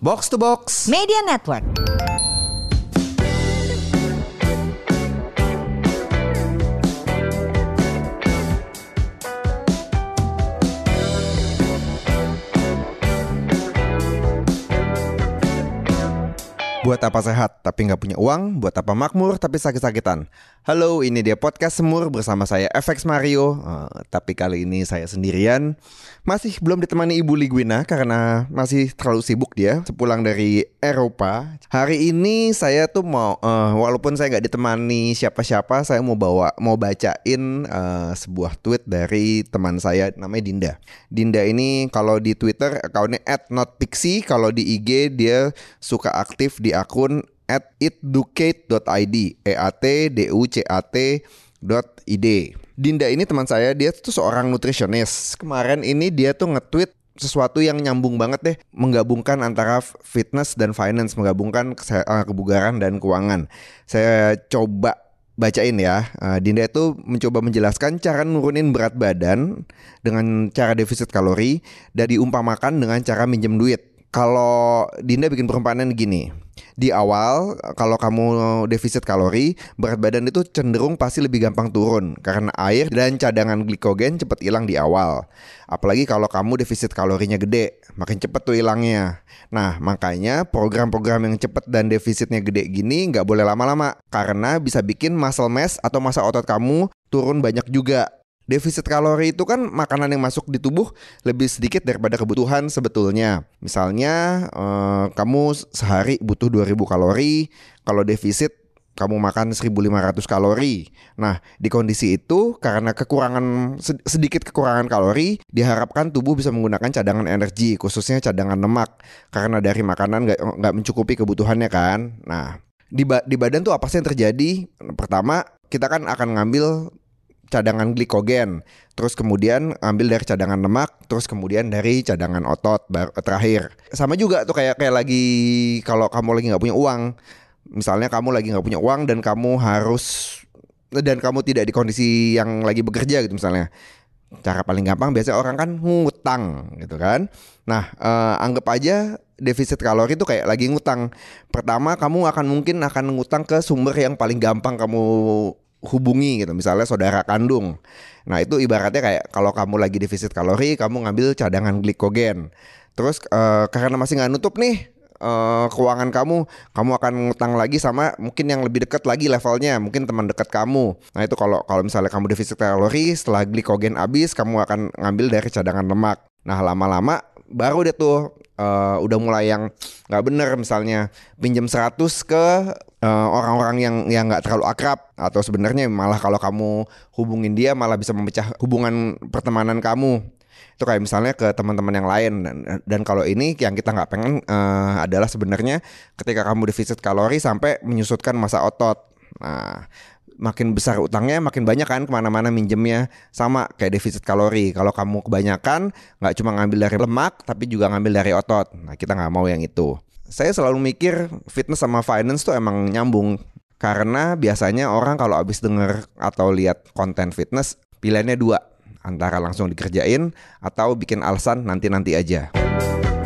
Box to Box Media Network. Buat apa sehat tapi gak punya uang, buat apa makmur tapi sakit-sakitan. Halo, ini dia podcast Semur bersama saya FX Mario. Tapi kali ini saya sendirian. Masih belum ditemani Ibu Ligwina karena masih terlalu sibuk dia sepulang dari Eropa. Hari ini saya tuh mau, walaupun saya gak ditemani siapa-siapa, saya mau bacain sebuah tweet dari teman saya namanya Dinda. Dinda ini kalau di Twitter akunnya @notpixie, kalau di IG dia suka aktif di akun @itducate.id, EATDUCAT.id. Dinda ini teman saya, dia tuh seorang nutritionist. Kemarin ini dia tuh nge-tweet sesuatu yang nyambung banget deh, menggabungkan antara fitness dan finance, menggabungkan kebugaran dan keuangan. Saya coba bacain ya. Dinda itu mencoba menjelaskan cara nurunin berat badan dengan cara defisit kalori dan diumpamakan dengan cara minjem duit. Kalau Dinda bikin perumpamaan gini, di awal kalau kamu defisit kalori, berat badan itu cenderung pasti lebih gampang turun karena air dan cadangan glikogen cepat hilang di awal. Apalagi kalau kamu defisit kalorinya gede, makin cepat tuh hilangnya. Nah, makanya program-program yang cepat dan defisitnya gede gini nggak boleh lama-lama karena bisa bikin muscle mass atau massa otot kamu turun banyak juga. Defisit kalori itu kan makanan yang masuk di tubuh lebih sedikit daripada kebutuhan sebetulnya. Misalnya kamu sehari butuh 2000 kalori, kalau defisit kamu makan 1500 kalori. Nah, di kondisi itu karena sedikit kekurangan kalori, diharapkan tubuh bisa menggunakan cadangan energi, khususnya cadangan lemak, karena dari makanan nggak mencukupi kebutuhannya kan. Nah, di badan tuh apa sih yang terjadi? Pertama, kita kan akan ngambil cadangan glikogen, terus kemudian ambil dari cadangan lemak, terus kemudian dari cadangan otot terakhir. Sama juga tuh kayak lagi kalau kamu lagi nggak punya uang, misalnya kamu lagi nggak punya uang dan kamu tidak di kondisi yang lagi bekerja gitu misalnya. Cara paling gampang biasanya orang kan ngutang gitu kan. Nah, anggap aja defisit kalori itu kayak lagi ngutang. Pertama kamu mungkin akan ngutang ke sumber yang paling gampang kamu hubungi gitu, misalnya saudara kandung. Nah, itu ibaratnya kayak kalau kamu lagi defisit kalori, kamu ngambil cadangan glikogen. Terus karena masih nggak nutup nih keuangan kamu akan ngutang lagi sama mungkin yang lebih dekat lagi levelnya, mungkin teman dekat kamu. Nah, itu kalau misalnya kamu defisit kalori, setelah glikogen habis, kamu akan ngambil dari cadangan lemak. Nah, lama-lama baru deh tuh udah mulai yang nggak bener, misalnya pinjam 100 ke orang-orang yang nggak terlalu akrab, atau sebenarnya malah kalau kamu hubungin dia malah bisa memecah hubungan pertemanan kamu. Itu kayak misalnya ke teman-teman yang lain. Dan kalau ini yang kita nggak pengen adalah sebenarnya ketika kamu defisit kalori sampai menyusutkan massa otot. Nah, makin besar utangnya makin banyak kan kemana-mana minjemnya. Sama kayak defisit kalori, kalau kamu kebanyakan nggak cuma ngambil dari lemak tapi juga ngambil dari otot. Nah, kita nggak mau yang itu. Saya selalu mikir fitness sama finance tuh emang nyambung, karena biasanya orang kalau abis denger atau lihat konten fitness pilihannya dua, antara langsung dikerjain atau bikin alasan nanti-nanti aja.